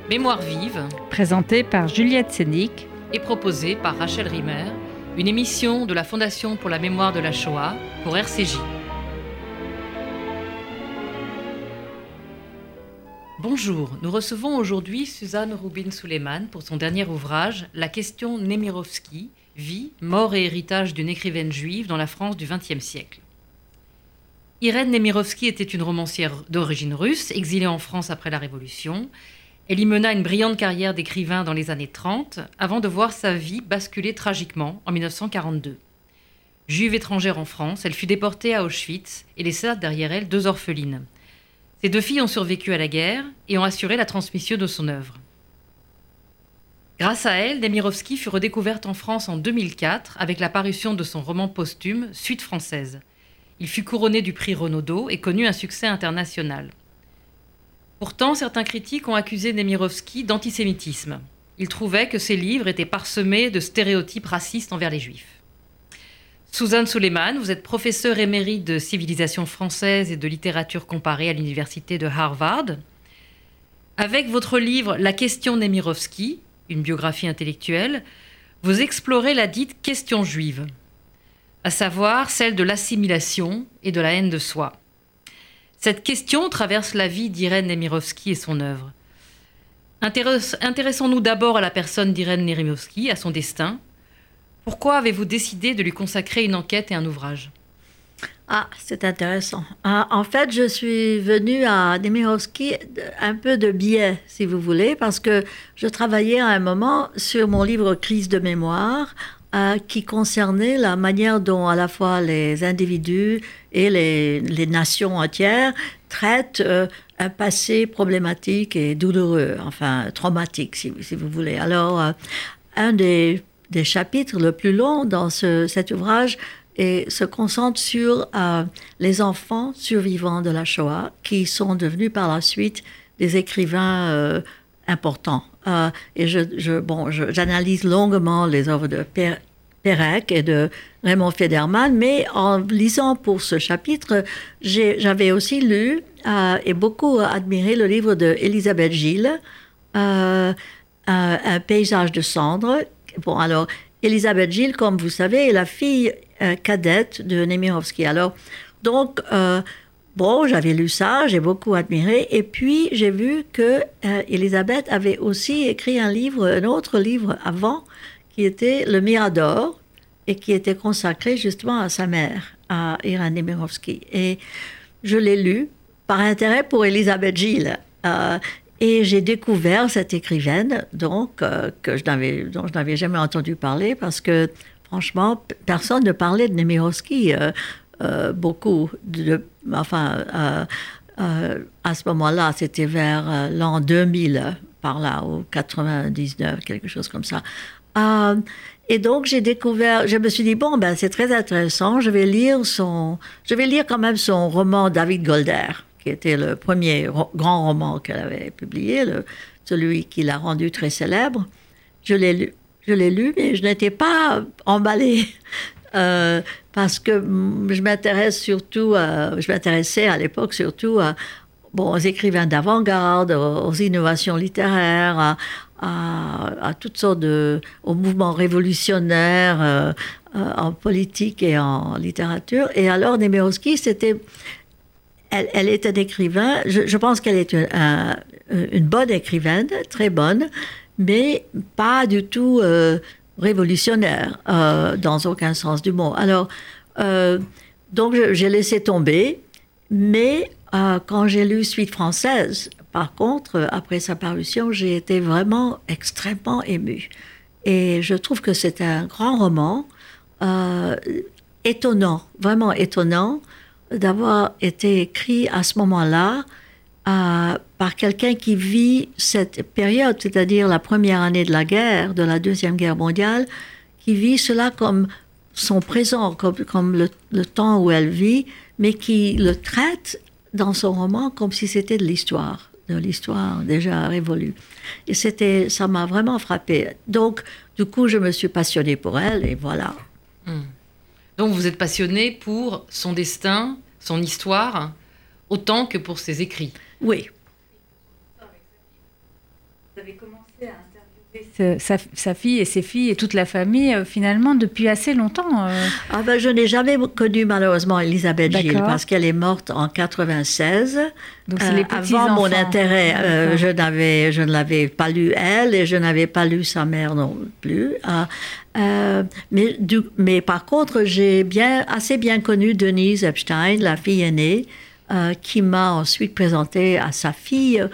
Mémoire vive, Présentée par Juliette Sénic est proposée par Rachel Rimmer, une émission de la Fondation pour la mémoire de la Shoah pour RCJ. Bonjour, nous recevons aujourd'hui Suzanne Rubin-Suleiman pour son dernier ouvrage, La question Nemirovsky, vie, mort et héritage d'une écrivaine juive dans la France du XXe siècle. Irène Nemirovsky était une romancière d'origine russe, exilée en France après la Révolution. Elle y mena une brillante carrière d'écrivain dans les années 30, avant de voir sa vie basculer tragiquement en 1942. Juive étrangère en France, elle fut déportée à Auschwitz et laissa derrière elle 2 orphelines. Ces 2 filles ont survécu à la guerre et ont assuré la transmission de son œuvre. Grâce à elle, Nemirovsky fut redécouverte en France en 2004 avec la parution de son roman posthume Suite française. Il fut couronné du prix Renaudot et connut un succès international. Pourtant, certains critiques ont accusé Nemirovsky d'antisémitisme. Ils trouvaient que ses livres étaient parsemés de stéréotypes racistes envers les Juifs. Suzanne Suleiman, vous êtes professeure émérite de civilisation française et de littérature comparée à l'université de Harvard. Avec votre livre La question Nemirovsky, une biographie intellectuelle, vous explorez la dite question juive, à savoir celle de l'assimilation et de la haine de soi. Cette question traverse la vie d'Irène Nemirovsky et son œuvre. Intéressons-nous d'abord à la personne d'Irène Nemirovsky, à son destin. Pourquoi avez-vous décidé de lui consacrer une enquête et un ouvrage ? C'est intéressant. En fait, je suis venue à Nemirovsky un peu de biais, si vous voulez, parce que je travaillais à un moment sur mon livre Crise de mémoire, qui concernait la manière dont à la fois les individus et les nations entières traitent un passé problématique et douloureux, enfin traumatique, si vous voulez. Alors, un des chapitres le plus long dans cet ouvrage se concentre sur les enfants survivants de la Shoah, qui sont devenus par la suite des écrivains importants. Et j'analyse longuement les œuvres de Perec et de Raymond Federman, mais en lisant pour ce chapitre, j'avais aussi lu et beaucoup admiré le livre de Elisabeth Gilles, Un paysage de cendres. Bon, alors, Elisabeth Gilles, comme vous savez, est la fille cadette de Nemirovsky. Alors, donc, j'avais lu ça, j'ai beaucoup admiré, et puis j'ai vu que Elisabeth avait aussi écrit un autre livre avant, qui était Le Mirador, et qui était consacré justement à sa mère, à Irène Nemirovsky. Et je l'ai lu par intérêt pour Elisabeth Gilles. Et j'ai découvert cette écrivaine, donc, dont je n'avais jamais entendu parler, parce que, franchement, personne ne parlait de Nemirovsky beaucoup. À ce moment-là, c'était vers l'an 2000, par là, ou 99, quelque chose comme ça. Et donc, je me suis dit, c'est très intéressant, je vais lire quand même son roman David Golder, qui était le premier grand roman qu'elle avait publié, celui qui l'a rendu très célèbre. Je l'ai lu, mais je n'étais pas emballée, parce que je m'intéressais à l'époque surtout aux écrivains d'avant-garde, aux innovations littéraires, à toutes sortes aux mouvements révolutionnaires en politique et en littérature. Et alors, Nemirovsky, elle est un écrivain. Je pense qu'elle est une bonne écrivaine, très bonne, mais pas du tout révolutionnaire, dans aucun sens du mot. Alors, donc, j'ai laissé tomber, mais quand j'ai lu Suite française, par contre, après sa parution, j'ai été vraiment extrêmement émue. Et je trouve que c'est un grand roman, étonnant, vraiment étonnant, d'avoir été écrit à ce moment-là par quelqu'un qui vit cette période, c'est-à-dire la première année de la guerre, de la Deuxième Guerre mondiale, qui vit cela comme son présent, comme le temps où elle vit, mais qui le traite dans son roman comme si c'était de l'histoire déjà révolue. Et ça m'a vraiment frappée. Donc, du coup, je me suis passionnée pour elle, et voilà. Donc, vous êtes passionnée pour son destin, son histoire, autant que pour ses écrits. Oui. Vous avez commencé à interviewer sa fille et ses filles et toute la famille, finalement, depuis assez longtemps. Ah ben, je n'ai jamais connu, malheureusement, Elisabeth Gilles, parce qu'elle est morte en 96. Donc, c'est les avant mon intérêt, je ne l'avais pas lu, elle, et je n'avais pas lu sa mère non plus. Mais par contre, j'ai assez bien connu Denise Epstein, la fille aînée, qui m'a ensuite présentée à sa fille,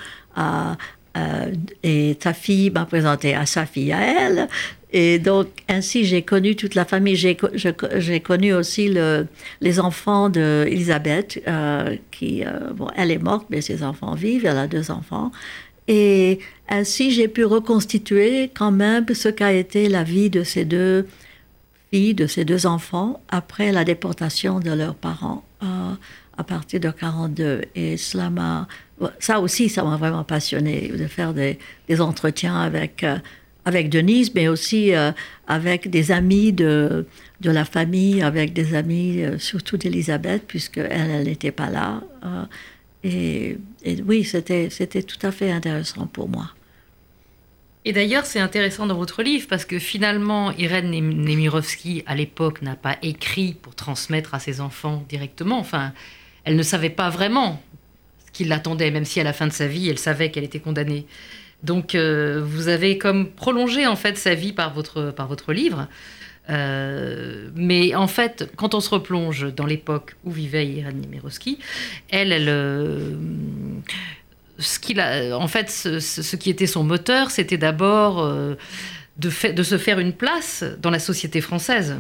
et sa fille m'a présenté à sa fille, à elle. Et donc, ainsi, j'ai connu toute la famille. J'ai connu aussi les enfants d'Elisabeth, qui, elle est morte, mais ses enfants vivent. Elle a 2 enfants. Et ainsi, j'ai pu reconstituer quand même ce qu'a été la vie de ces 2 filles, de ces 2 enfants, après la déportation de leurs parents, à partir de 1942. Et ça aussi, ça m'a vraiment passionnée, de faire des entretiens avec Denise, mais aussi avec des amis de la famille, avec des amis surtout d'Elisabeth, puisqu'elle n'était pas là. Et oui, c'était tout à fait intéressant pour moi. Et d'ailleurs, c'est intéressant dans votre livre, parce que finalement, Irène Nemirovsky, à l'époque, n'a pas écrit pour transmettre à ses enfants directement. Enfin, elle ne savait pas vraiment ce qui l'attendait, même si à la fin de sa vie, elle savait qu'elle était condamnée. Donc, vous avez comme prolongé en fait sa vie par votre livre. Mais en fait, quand on se replonge dans l'époque où vivait Irène Nemirovsky, ce qui était son moteur, c'était d'abord de se faire une place dans la société française.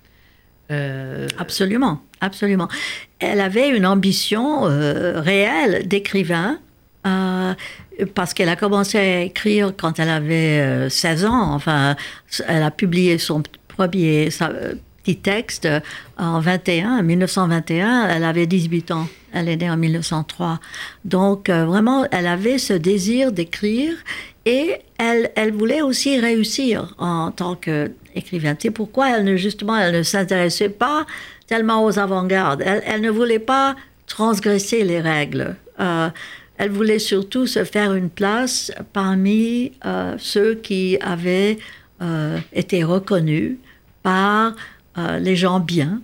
Absolument, absolument. Elle avait une ambition réelle d'écrivain, parce qu'elle a commencé à écrire quand elle avait 16 ans. Enfin, elle a publié son premier petit texte en 1921. Elle avait 18 ans. Elle est née en 1903. Donc, vraiment, elle avait ce désir d'écrire, et elle voulait aussi réussir en tant qu'écrivaine. C'est pourquoi elle ne s'intéressait pas tellement aux avant-gardes. Elle ne voulait pas transgresser les règles. Elle voulait surtout se faire une place parmi ceux qui avaient été reconnus par les gens bien,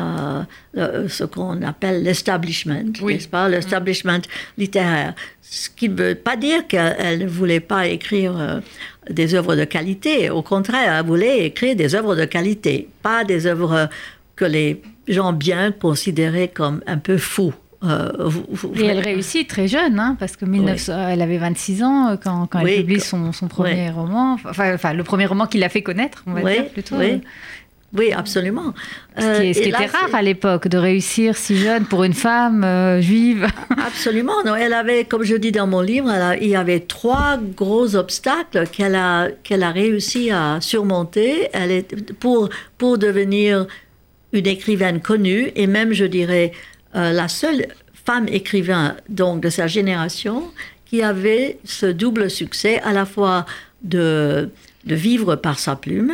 ce qu'on appelle l'establishment, n'est-ce pas, l'establishment littéraire. Ce qui ne veut pas dire qu'elle ne voulait pas écrire des œuvres de qualité. Au contraire, elle voulait écrire des œuvres de qualité, pas des œuvres que les gens bien considéraient comme un peu fous. Et elle réussit très jeune, parce que elle avait 26 ans quand elle publie son premier roman, enfin le premier roman qui l'a fait connaître, on va dire plutôt. Oui, absolument. Ce qui était rare à l'époque, de réussir si jeune pour une femme juive. Absolument. Non, elle avait, comme je dis dans mon livre, il y avait 3 gros obstacles qu'elle a réussi à surmonter. Pour devenir une écrivaine connue, et même, je dirais, la seule femme écrivain donc de sa génération qui avait ce double succès, à la fois de vivre par sa plume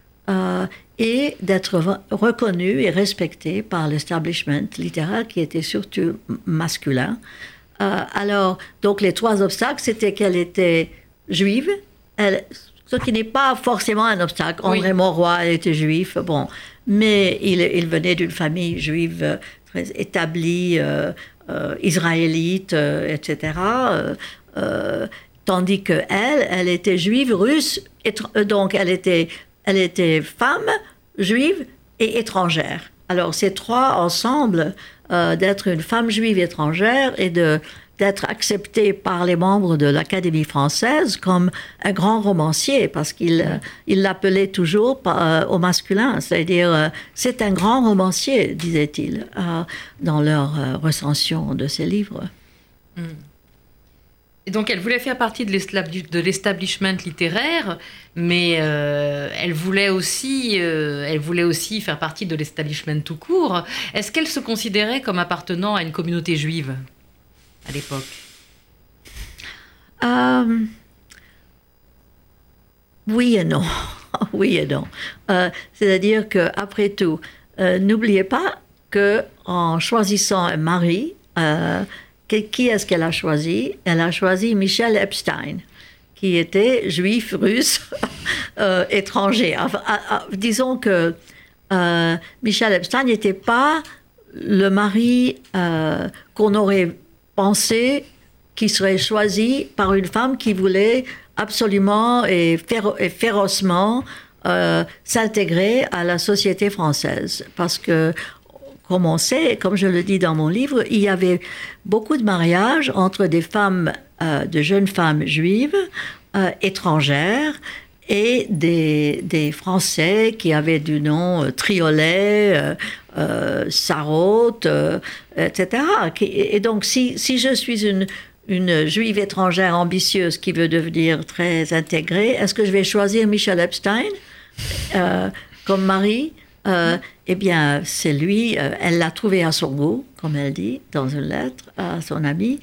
et d'être reconnue et respectée par l'establishment littéraire qui était surtout masculin. Alors, donc les 3 obstacles, c'était qu'elle était juive, ce qui n'est pas forcément un obstacle. André Mauroy était juif, mais il venait d'une famille juive très établie, israélite, etc. Tandis qu'elle était juive russe, donc elle était femme, juive et étrangère. Alors ces 3 ensemble, d'être une femme juive étrangère et d'être acceptée par les membres de l'Académie française comme un grand romancier, parce qu'il l'appelait toujours au masculin, c'est-à-dire c'est un grand romancier, disait-il, dans leur recension de ses livres. Et donc elle voulait faire partie de l'establishment littéraire, mais elle voulait aussi faire partie de l'establishment tout court. Est-ce qu'elle se considérait comme appartenant à une communauté juive à l'époque? Oui et non. Oui et non. C'est-à-dire qu'après tout, n'oubliez pas qu'en choisissant un mari, qui est-ce qu'elle a choisi? Elle a choisi Michel Epstein, qui était juif, russe, étranger. Enfin, disons que Michel Epstein n'était pas le mari qu'on aurait pensé qui serait choisi par une femme qui voulait absolument et férocement s'intégrer à la société française. Parce que, comme on sait, comme je le dis dans mon livre, il y avait beaucoup de mariages entre des femmes, de jeunes femmes juives, étrangères, et des Français qui avaient du nom Triolet, Sarraute, etc. Et donc, si je suis une juive étrangère ambitieuse qui veut devenir très intégrée, est-ce que je vais choisir Michel Epstein comme mari? Eh bien, c'est lui, elle l'a trouvé à son goût, comme elle dit dans une lettre à son ami,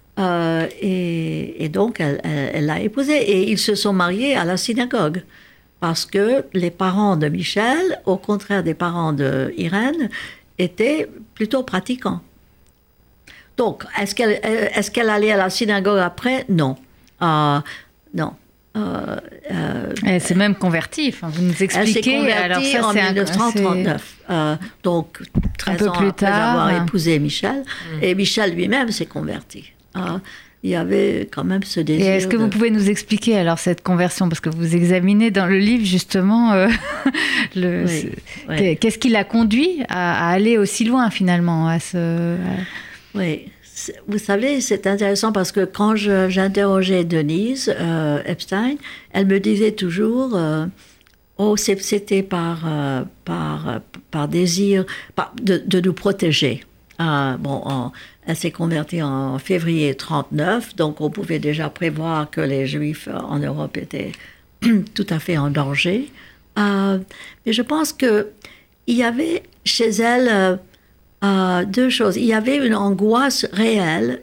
et donc elle l'a épousé. Et ils se sont mariés à la synagogue, parce que les parents de Michel, au contraire des parents d'Irène, étaient plutôt pratiquants. Donc, est-ce qu'elle allait à la synagogue après? Non. Non. Elle s'est même convertie. Enfin, vous nous expliquez. Elle s'est convertie en 1939. Donc, 13 ans plus après avoir épousé Michel. Et Michel lui-même s'est converti. Il y avait quand même ce désir. Et est-ce que vous pouvez nous expliquer alors cette conversion? Parce que vous examinez dans le livre justement qu'est-ce qui l'a conduit à aller aussi loin finalement Oui. Vous savez, c'est intéressant parce que quand j'interrogeais Denise Epstein, elle me disait toujours c'était par désir de nous protéger. Elle s'est convertie en février 1939, donc on pouvait déjà prévoir que les Juifs en Europe étaient tout à fait en danger. Mais je pense qu'il y avait chez elle deux choses. Il y avait une angoisse réelle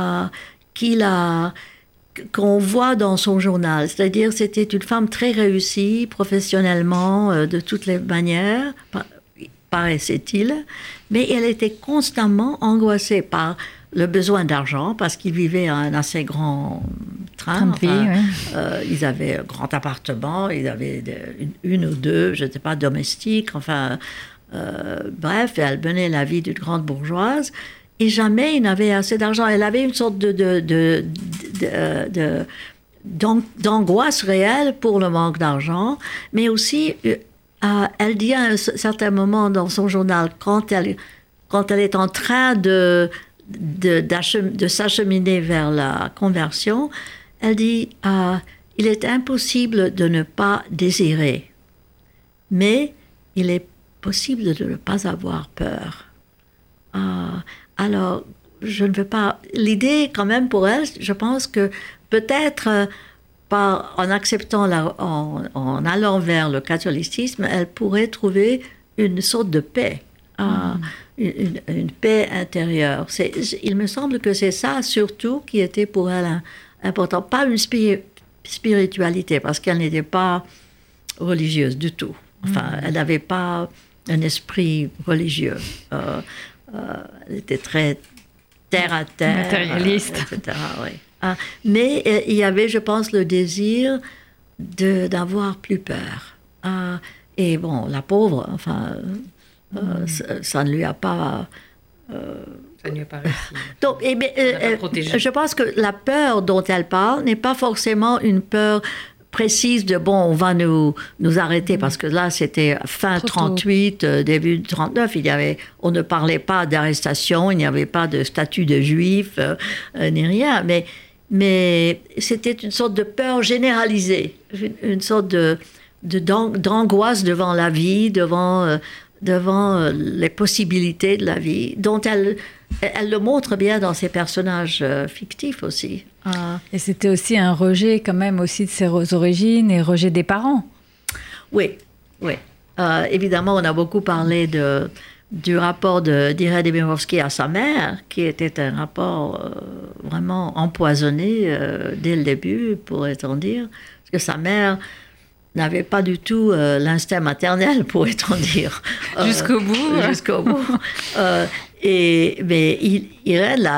qu'on voit dans son journal. C'est-à-dire, c'était une femme très réussie professionnellement, de toutes les manières, paraissait-il, mais elle était constamment angoissée par le besoin d'argent, parce qu'ils vivaient à un assez grand train. Ils avaient un grand appartement, ils avaient une ou deux, je ne sais pas, domestiques, enfin... bref, elle menait la vie d'une grande bourgeoise et jamais il n'avait assez d'argent. Elle avait une sorte d'angoisse réelle pour le manque d'argent, mais aussi, elle dit à un certain moment dans son journal, quand elle est en train de s'acheminer vers la conversion, elle dit il est impossible de ne pas désirer, mais il est possible de ne pas avoir peur. Alors, je ne veux pas... L'idée, quand même, pour elle, je pense que peut-être, en acceptant, en allant vers le catholicisme, elle pourrait trouver une sorte de paix, une paix intérieure. Il me semble que c'est ça, surtout, qui était pour elle important. Pas une spiritualité, parce qu'elle n'était pas religieuse du tout. Enfin, elle n'avait pas un esprit religieux. Elle était très terre-à-terre. Matérialiste. Etc. Oui. Mais il y avait, je pense, le désir d'avoir plus peur. Et bon, la pauvre, enfin, ça ne lui a pas... ça ne lui a pas réussi. Donc, je pense que la peur dont elle parle n'est pas forcément une peur précise de on va nous arrêter, parce que là c'était fin 38, début 39, on ne parlait pas d'arrestation, il n'y avait pas de statut de juif ni rien, mais c'était une sorte de peur généralisée, une sorte d'angoisse devant la vie, devant les possibilités de la vie, dont elle le montre bien dans ses personnages fictifs aussi. Et c'était aussi un rejet quand même aussi de ses origines et rejet des parents. Oui. Évidemment, on a beaucoup parlé du rapport d'Irène Demirovsky à sa mère, qui était un rapport vraiment empoisonné dès le début, pourrait-on dire, parce que sa mère n'avait pas du tout l'instinct maternel, pourrait-on dire. Jusqu'au bout. Jusqu'au bout. Mais Irène l'a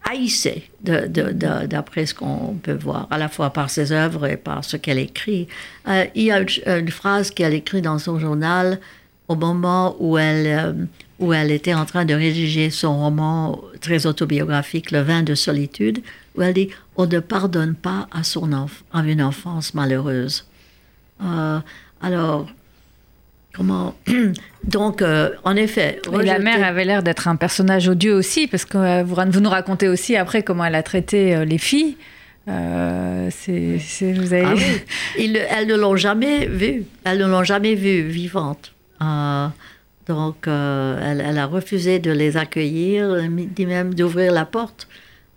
haïssait, d'après ce qu'on peut voir, à la fois par ses œuvres et par ce qu'elle écrit. Il y a une phrase qu'elle écrit dans son journal au moment où elle était en train de rédiger son roman très autobiographique, Le vin de solitude, où elle dit « On ne pardonne pas à une enfance malheureuse ». Alors, comment... Donc, en effet... Et la mère avait l'air d'être un personnage odieux aussi, parce que vous nous racontez aussi après comment elle a traité les filles. Vous avez... Ah oui, elles ne l'ont jamais vue. Elles ne l'ont jamais vue vivante. Donc, elle a refusé de les accueillir, dit même d'ouvrir la porte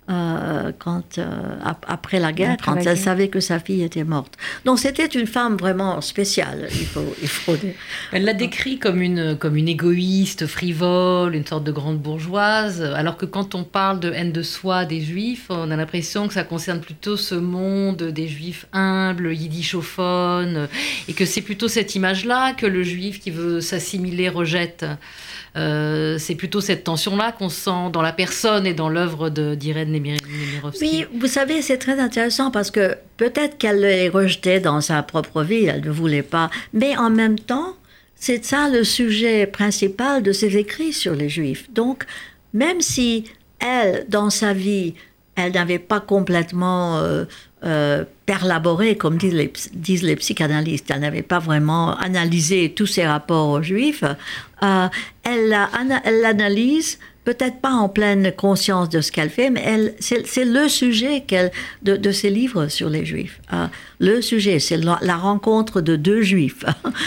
après la guerre, quand elle savait que sa fille était morte. Donc, c'était une femme vraiment spéciale, il faut dire. Elle l'a décrit comme une égoïste, frivole, une sorte de grande bourgeoise, alors que quand on parle de haine de soi des Juifs, on a l'impression que ça concerne plutôt ce monde des Juifs humbles, yiddishophones, et que c'est plutôt cette image-là que le Juif qui veut s'assimiler rejette. C'est plutôt cette tension-là qu'on sent dans la personne et dans l'œuvre d'Irène Nemirovsky. Oui, vous savez, c'est très intéressant parce que peut-être qu'elle les rejetait dans sa propre vie, elle ne voulait pas, mais en même temps, c'est ça le sujet principal de ses écrits sur les Juifs. Donc, même si elle, dans sa vie, elle n'avait pas complètement perlaboré, comme disent les psychanalystes. Elle n'avait pas vraiment analysé tous ses rapports aux Juifs. Elle l'analyse, peut-être pas en pleine conscience de ce qu'elle fait, mais c'est le sujet de ses livres sur les Juifs. Le sujet, c'est la rencontre de deux Juifs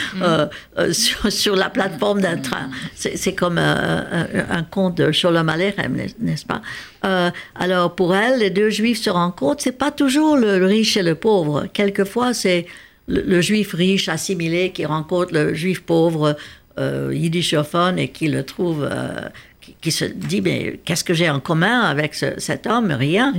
sur la plateforme d'un train. C'est comme un conte de Sholom Aleichem, n'est-ce pas? Alors, pour elle, les deux Juifs se rencontrent. C'est pas toujours le riche et le pauvre. Quelquefois, c'est le Juif riche assimilé qui rencontre le Juif pauvre yiddishophone et qui le trouve... qui se dit, mais qu'est-ce que j'ai en commun avec cet homme? Rien.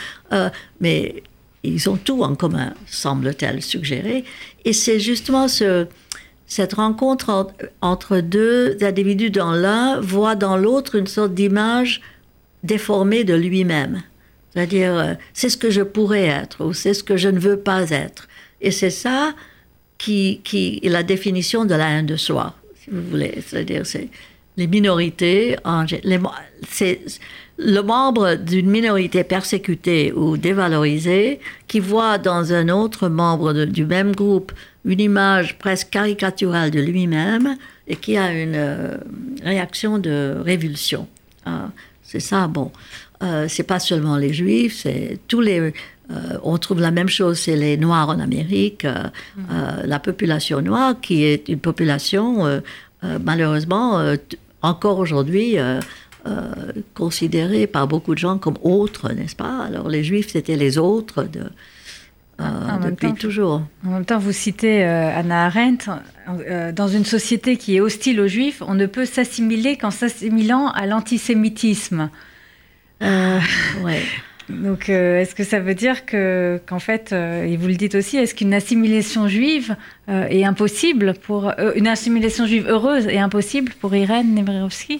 Mais ils ont tout en commun, semble-t-elle suggérer. Et c'est justement cette rencontre entre deux individus dans l'un voit dans l'autre une sorte d'image déformée de lui-même. C'est-à-dire, c'est ce que je pourrais être ou c'est ce que je ne veux pas être. Et c'est ça qui est la définition de la haine de soi, si vous voulez. C'est-à-dire, c'est les minorités, c'est le membre d'une minorité persécutée ou dévalorisée qui voit dans un autre membre du même groupe une image presque caricaturale de lui-même et qui a une réaction de révulsion. C'est ça, bon. C'est pas seulement les Juifs, c'est tous les... on trouve la même chose, c'est les Noirs en Amérique, la population noire qui est une population... malheureusement, encore aujourd'hui, considérée par beaucoup de gens comme autres, n'est-ce pas? Alors, les Juifs, c'était les autres depuis toujours. En même temps, vous citez Hannah Arendt, dans une société qui est hostile aux Juifs, on ne peut s'assimiler qu'en s'assimilant à l'antisémitisme. Ouais. Donc, est-ce que ça veut dire qu'en fait, et vous le dites aussi, est-ce qu'une assimilation juive est impossible une assimilation juive heureuse est impossible pour Irène Nemirovsky?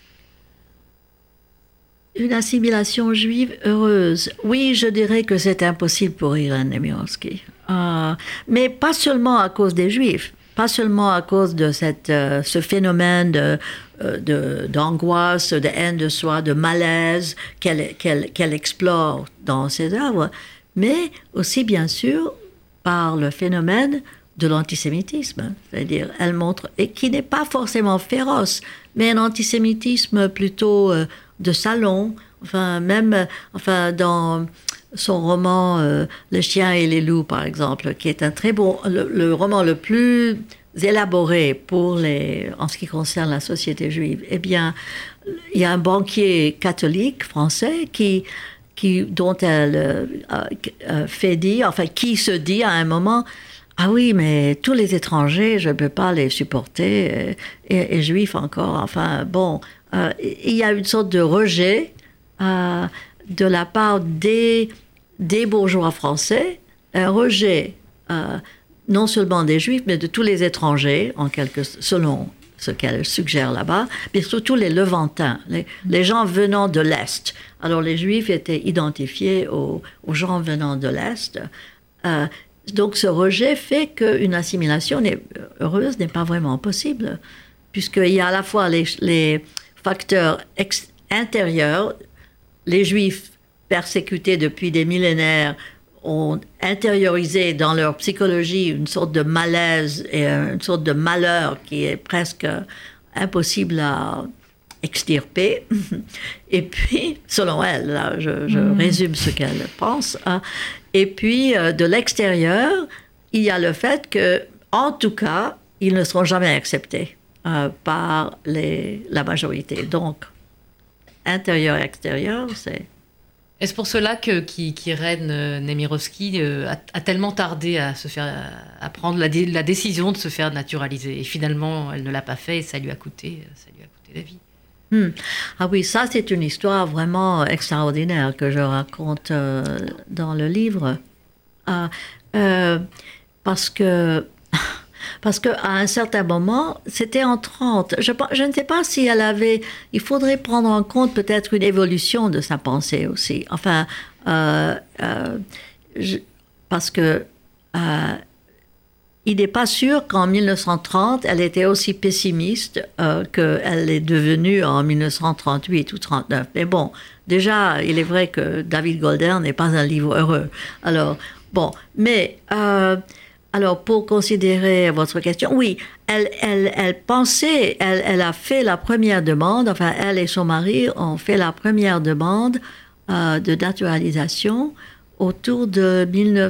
Une assimilation juive heureuse. Oui, je dirais que c'est impossible pour Irène Nemirovsky. Mais pas seulement à cause des Juifs, pas seulement à cause de ce phénomène d'angoisse, de haine de soi, de malaise qu'elle explore dans ses œuvres, mais aussi, bien sûr, par le phénomène de l'antisémitisme. C'est-à-dire, elle montre, et qui n'est pas forcément féroce, mais un antisémitisme plutôt de salon, dans son roman Le chien et les loups, par exemple, qui est un très bon, le roman le plus élaboré en ce qui concerne la société juive. Eh bien, il y a un banquier catholique français dont elle qui se dit à un moment, ah oui, mais tous les étrangers, je ne peux pas les supporter, et juifs encore, il y a une sorte de rejet de la part des bourgeois français, un rejet non seulement des Juifs, mais de tous les étrangers, selon ce qu'elle suggère là-bas, mais surtout les Levantins, les gens venant de l'Est. Alors les Juifs étaient identifiés aux gens venant de l'Est. Donc ce rejet fait qu'une assimilation heureuse n'est pas vraiment possible, puisqu'il y a à la fois les facteurs intérieurs, les Juifs persécutés depuis des millénaires ont intériorisé dans leur psychologie une sorte de malaise et une sorte de malheur qui est presque impossible à extirper. Et puis, selon elle, là, je résume ce qu'elle pense, hein. Et puis, de l'extérieur, il y a le fait que, en tout cas, ils ne seront jamais acceptés par la majorité. Donc, intérieur et extérieur, c'est... Est-ce pour cela qu'Irène Nemirovsky a tellement tardé à prendre la décision de se faire naturaliser? Et finalement, elle ne l'a pas fait et ça lui a coûté la vie. Ah oui, ça c'est une histoire vraiment extraordinaire que je raconte dans le livre. Parce que à un certain moment, c'était en 30. Je ne sais pas si elle avait... Il faudrait prendre en compte peut-être une évolution de sa pensée aussi. Enfin, parce que il n'est pas sûr qu'en 1930, elle était aussi pessimiste qu'elle est devenue en 1938 ou 39. Mais bon, déjà, il est vrai que David Goldern n'est pas un livre heureux. Alors, bon, mais... Alors, pour considérer votre question, oui, elle pensait, elle a fait la première demande, enfin, elle et son mari ont fait la première demande de naturalisation autour de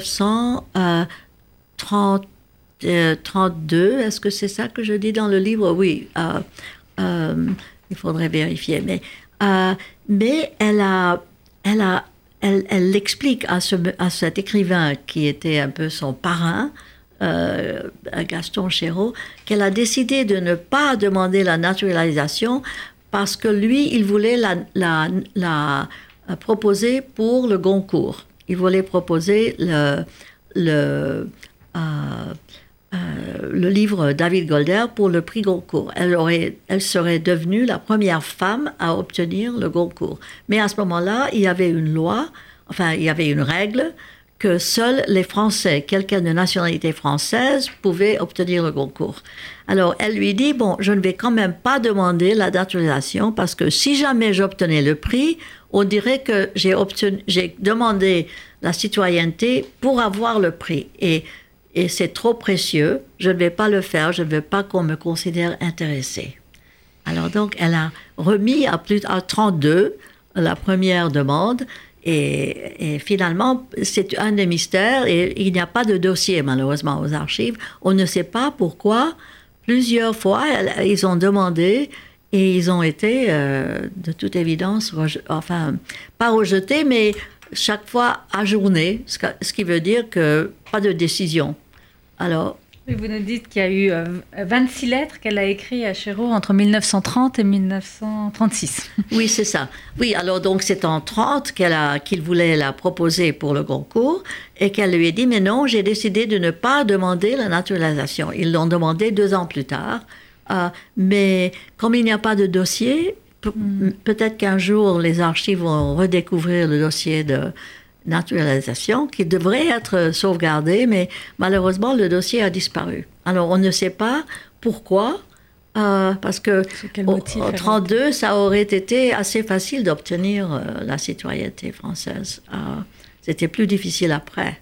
1932. Est-ce que c'est ça que je dis dans le livre? Oui, il faudrait vérifier. Mais elle l'explique à cet écrivain qui était un peu son parrain, Gaston Chéreau, qu'elle a décidé de ne pas demander la naturalisation parce que lui, il voulait la proposer pour le Goncourt. Il voulait proposer le livre David Golder pour le prix Goncourt. Elle serait devenue la première femme à obtenir le Goncourt. Mais à ce moment-là, il y avait une loi, enfin, il y avait une règle que seuls les Français, quelqu'un de nationalité française, pouvaient obtenir le Goncourt. Alors, elle lui dit, bon, je ne vais quand même pas demander la naturalisation parce que si jamais j'obtenais le prix, on dirait que j'ai demandé la citoyenneté pour avoir le prix. Et c'est trop précieux, je ne vais pas le faire, je ne veux pas qu'on me considère intéressée. Alors donc, elle a remis à 32 la première demande et finalement, c'est un des mystères et il n'y a pas de dossier malheureusement aux archives. On ne sait pas pourquoi, plusieurs fois, ils ont demandé et ils ont été, de toute évidence, pas rejetés, mais chaque fois ajournés, ce qui veut dire que pas de décision. Alors, vous nous dites qu'il y a eu 26 lettres qu'elle a écrites à Chéreau entre 1930 et 1936. Oui, c'est ça. Oui, alors donc c'est en 30 qu'il voulait la proposer pour le Goncourt et qu'elle lui a dit, mais non, j'ai décidé de ne pas demander la naturalisation. Ils l'ont demandé 2 ans plus tard. Mais comme il n'y a pas de dossier, peut-être qu'un jour les archives vont redécouvrir le dossier de naturalisation qui devrait être sauvegardé, mais malheureusement le dossier a disparu. Alors on ne sait pas pourquoi, parce que en 32 ça aurait été assez facile d'obtenir la citoyenneté française. C'était plus difficile après.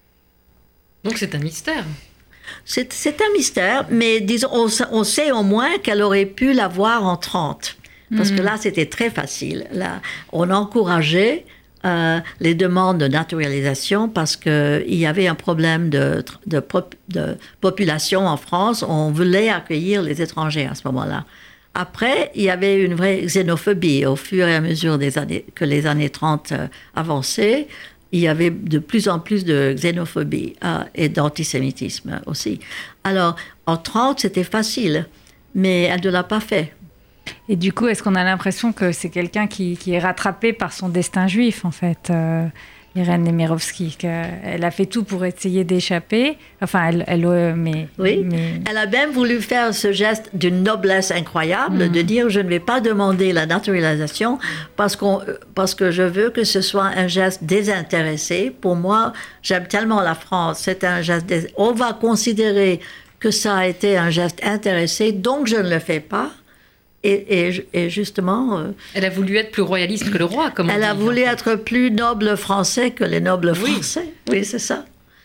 Donc c'est un mystère. C'est un mystère, mais disons, on sait au moins qu'elle aurait pu l'avoir en 30, parce que là c'était très facile. Là, on encourageait les demandes de naturalisation parce qu'il y avait un problème de population en France. On voulait accueillir les étrangers à ce moment-là. Après, il y avait une vraie xénophobie. Au fur et à mesure que les années 30 avançaient, il y avait de plus en plus de xénophobie et d'antisémitisme aussi. Alors, en 30, c'était facile, mais elle ne l'a pas fait. Et du coup, est-ce qu'on a l'impression que c'est quelqu'un qui est rattrapé par son destin juif, en fait Irène Nemirovsky, qu'elle a fait tout pour essayer d'échapper. Enfin, Oui, elle a même voulu faire ce geste d'une noblesse incroyable, de dire je ne vais pas demander la naturalisation parce que je veux que ce soit un geste désintéressé. Pour moi, j'aime tellement la France, c'est un geste on va considérer que ça a été un geste intéressé, donc je ne le fais pas. Et justement... elle a voulu être plus royaliste que le roi, comme on dit. Elle a voulu être plus noble français que les nobles français. Oui, c'est ça.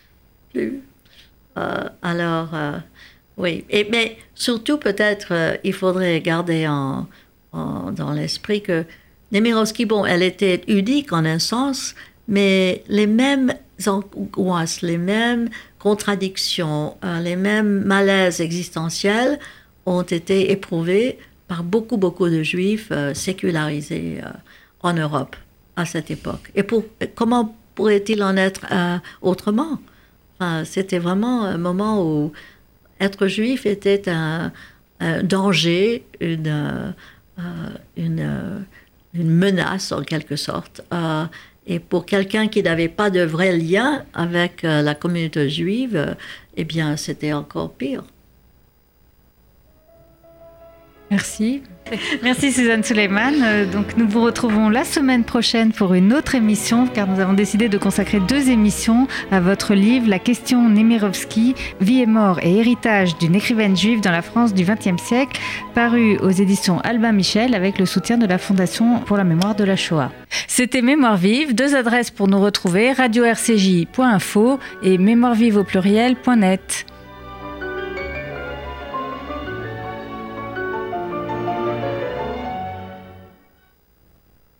Oui. Mais surtout, peut-être, il faudrait garder dans l'esprit que Nemirovsky, elle était unique en un sens, mais les mêmes angoisses, les mêmes contradictions, les mêmes malaises existentiels ont été éprouvés par beaucoup de juifs sécularisés en Europe à cette époque. Et comment pourrait-il en être autrement? C'était vraiment un moment où être juif était un danger, une menace en quelque sorte. Et pour quelqu'un qui n'avait pas de vrai lien avec la communauté juive, eh bien, c'était encore pire. Merci. Merci Suzanne Suleiman. Donc nous vous retrouvons la semaine prochaine pour une autre émission, car nous avons décidé de consacrer 2 émissions à votre livre La question Nemirovsky, vie et mort et héritage d'une écrivaine juive dans la France du XXe siècle, paru aux éditions Albin Michel avec le soutien de la Fondation pour la mémoire de la Shoah. C'était Mémoire vive, 2 adresses pour nous retrouver, radio-rcj.info et mémoirevive au pluriel.net.